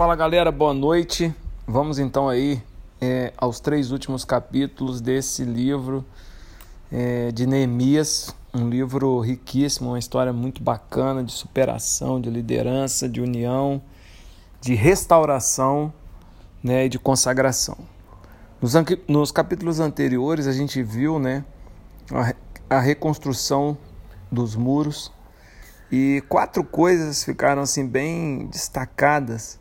Fala galera, boa noite. Vamos então aí aos 3 últimos capítulos desse livro de Neemias, um livro riquíssimo, uma história muito bacana de superação, de liderança, de união, de restauração, e de consagração. Nos capítulos anteriores a gente viu a reconstrução dos muros e 4 coisas ficaram assim bem destacadas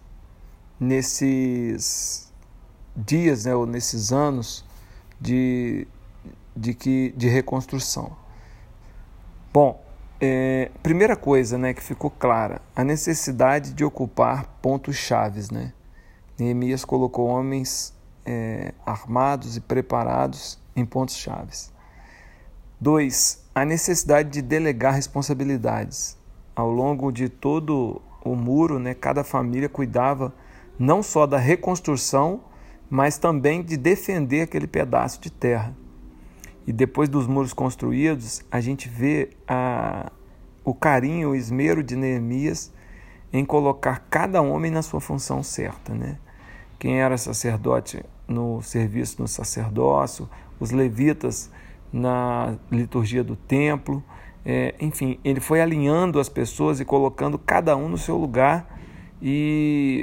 nesses dias, ou nesses anos de reconstrução. Bom, primeira coisa que ficou clara, a necessidade de ocupar pontos chaves. Neemias colocou homens armados e preparados em pontos chaves. 2. A necessidade de delegar responsabilidades. Ao longo de todo o muro, cada família cuidava não só da reconstrução, mas também de defender aquele pedaço de terra. E depois dos muros construídos, a gente vê o carinho, o esmero de Neemias em colocar cada homem na sua função certa. Quem era sacerdote no serviço no sacerdócio, os levitas na liturgia do templo, enfim, ele foi alinhando as pessoas e colocando cada um no seu lugar e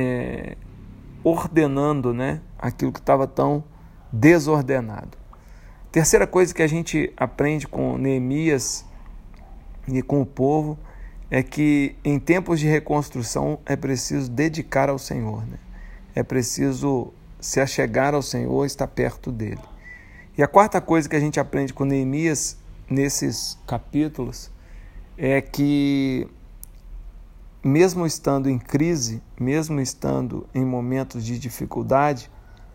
ordenando aquilo que estava tão desordenado. Terceira coisa que a gente aprende com Neemias e com o povo é que em tempos de reconstrução é preciso dedicar ao Senhor, É preciso se achegar ao Senhor, estar perto dele. E a quarta coisa que a gente aprende com Neemias nesses capítulos é que mesmo estando em crise, mesmo estando em momentos de dificuldade,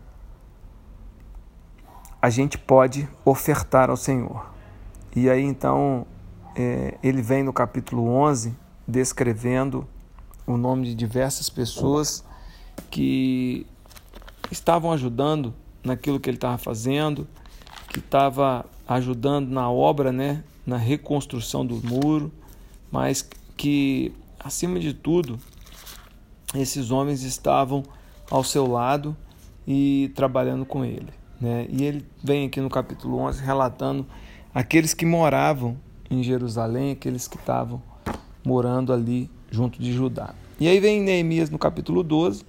a gente pode ofertar ao Senhor. E aí então ele vem no capítulo 11 descrevendo o nome de diversas pessoas que estavam ajudando naquilo que ele estava fazendo, que estava ajudando na obra, na reconstrução do muro, mas que, acima de tudo, esses homens estavam ao seu lado e trabalhando com ele. E ele vem aqui no capítulo 11 relatando aqueles que moravam em Jerusalém, aqueles que estavam morando ali junto de Judá. E aí vem Neemias no capítulo 12,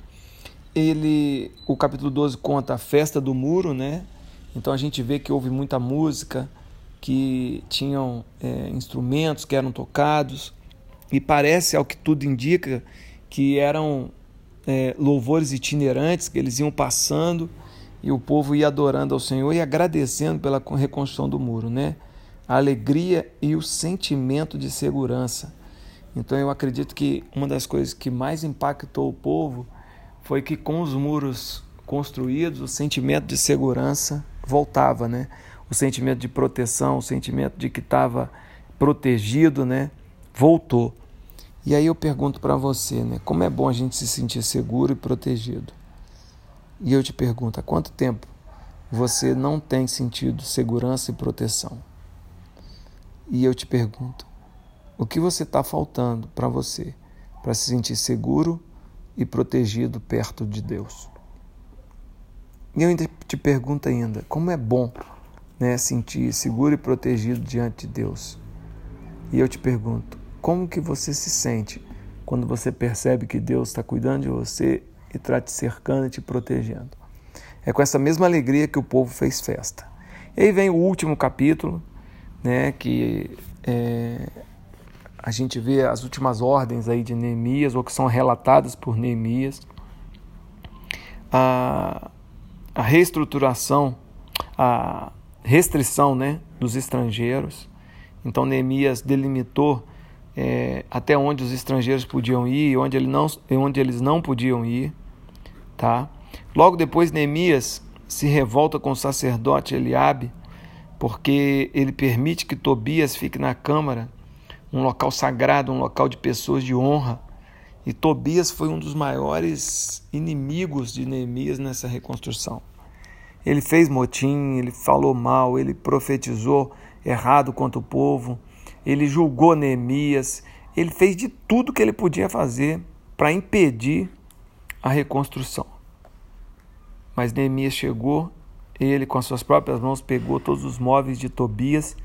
o capítulo 12 conta a festa do muro, Então a gente vê que houve muita música, que tinham instrumentos que eram tocados, e parece, ao que tudo indica, que eram louvores itinerantes, que eles iam passando e o povo ia adorando ao Senhor e agradecendo pela reconstrução do muro, A alegria e o sentimento de segurança. Então eu acredito que uma das coisas que mais impactou o povo foi que com os muros construídos, o sentimento de segurança voltava, O sentimento de proteção, o sentimento de que estava protegido, voltou. E aí eu pergunto para você, como é bom a gente se sentir seguro e protegido? E eu te pergunto, há quanto tempo você não tem sentido segurança e proteção? E eu te pergunto, o que você está faltando para você, para se sentir seguro e protegido perto de Deus? E eu ainda te pergunto ainda, como é bom sentir seguro e protegido diante de Deus? E eu te pergunto, como que você se sente quando você percebe que Deus está cuidando de você e está te cercando e te protegendo? É com essa mesma alegria que o povo fez festa. E aí vem o último capítulo, que a gente vê as últimas ordens aí de Neemias, ou que são relatadas por Neemias. A reestruturação, a restrição dos estrangeiros. Então Neemias delimitou até onde os estrangeiros podiam ir e onde eles não podiam ir. Tá? Logo depois Neemias se revolta com o sacerdote Eliabe, porque ele permite que Tobias fique na câmara, um local sagrado, um local de pessoas de honra. E Tobias foi um dos maiores inimigos de Neemias nessa reconstrução. Ele fez motim, ele falou mal, ele profetizou errado contra o povo, ele julgou Neemias, ele fez de tudo que ele podia fazer para impedir a reconstrução. Mas Neemias chegou, ele com as suas próprias mãos pegou todos os móveis de Tobias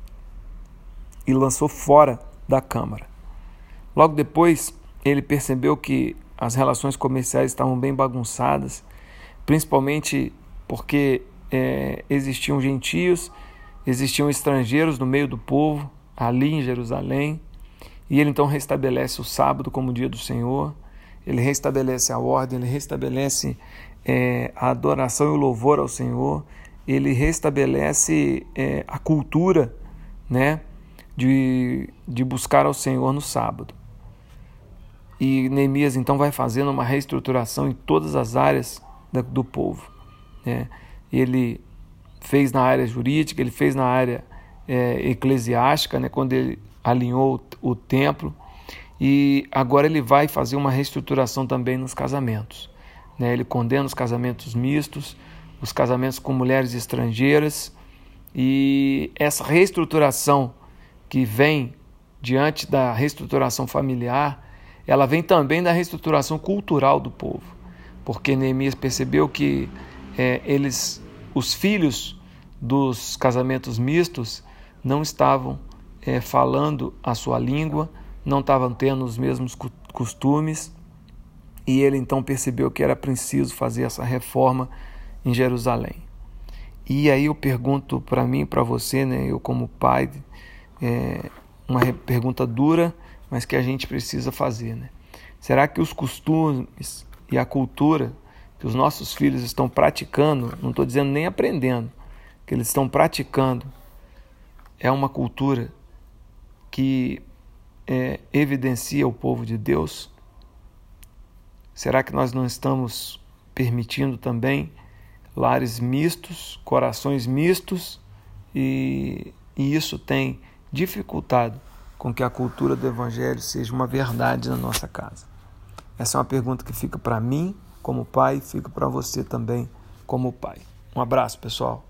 e lançou fora da câmara. Logo depois, ele percebeu que as relações comerciais estavam bem bagunçadas, principalmente porque existiam gentios, existiam estrangeiros no meio do povo, ali em Jerusalém, e ele então restabelece o sábado como dia do Senhor, ele restabelece a ordem, ele restabelece a adoração e o louvor ao Senhor, ele restabelece a cultura, né, de buscar ao Senhor no sábado. E Neemias então vai fazendo uma reestruturação em todas as áreas do povo, né? Ele fez na área jurídica, ele fez na área eclesiástica, né, quando ele alinhou o templo, e agora ele vai fazer uma reestruturação também nos casamentos, né? Ele condena os casamentos mistos, os casamentos com mulheres estrangeiras, e essa reestruturação que vem diante da reestruturação familiar, ela vem também da reestruturação cultural do povo, porque Neemias percebeu que os filhos dos casamentos mistos não estavam falando a sua língua, não estavam tendo os mesmos costumes, e ele então percebeu que era preciso fazer essa reforma em Jerusalém. E aí eu pergunto para mim e para você, né, eu como pai, uma pergunta dura, mas que a gente precisa fazer, né? Será que os costumes e a cultura que os nossos filhos estão praticando, não estou dizendo nem aprendendo, que eles estão praticando, é uma cultura que evidencia o povo de Deus? Será que nós não estamos permitindo também lares mistos, corações mistos, e isso tem dificultado com que a cultura do Evangelho seja uma verdade na nossa casa? Essa é uma pergunta que fica para mim como pai e fica para você também como pai. Um abraço, pessoal.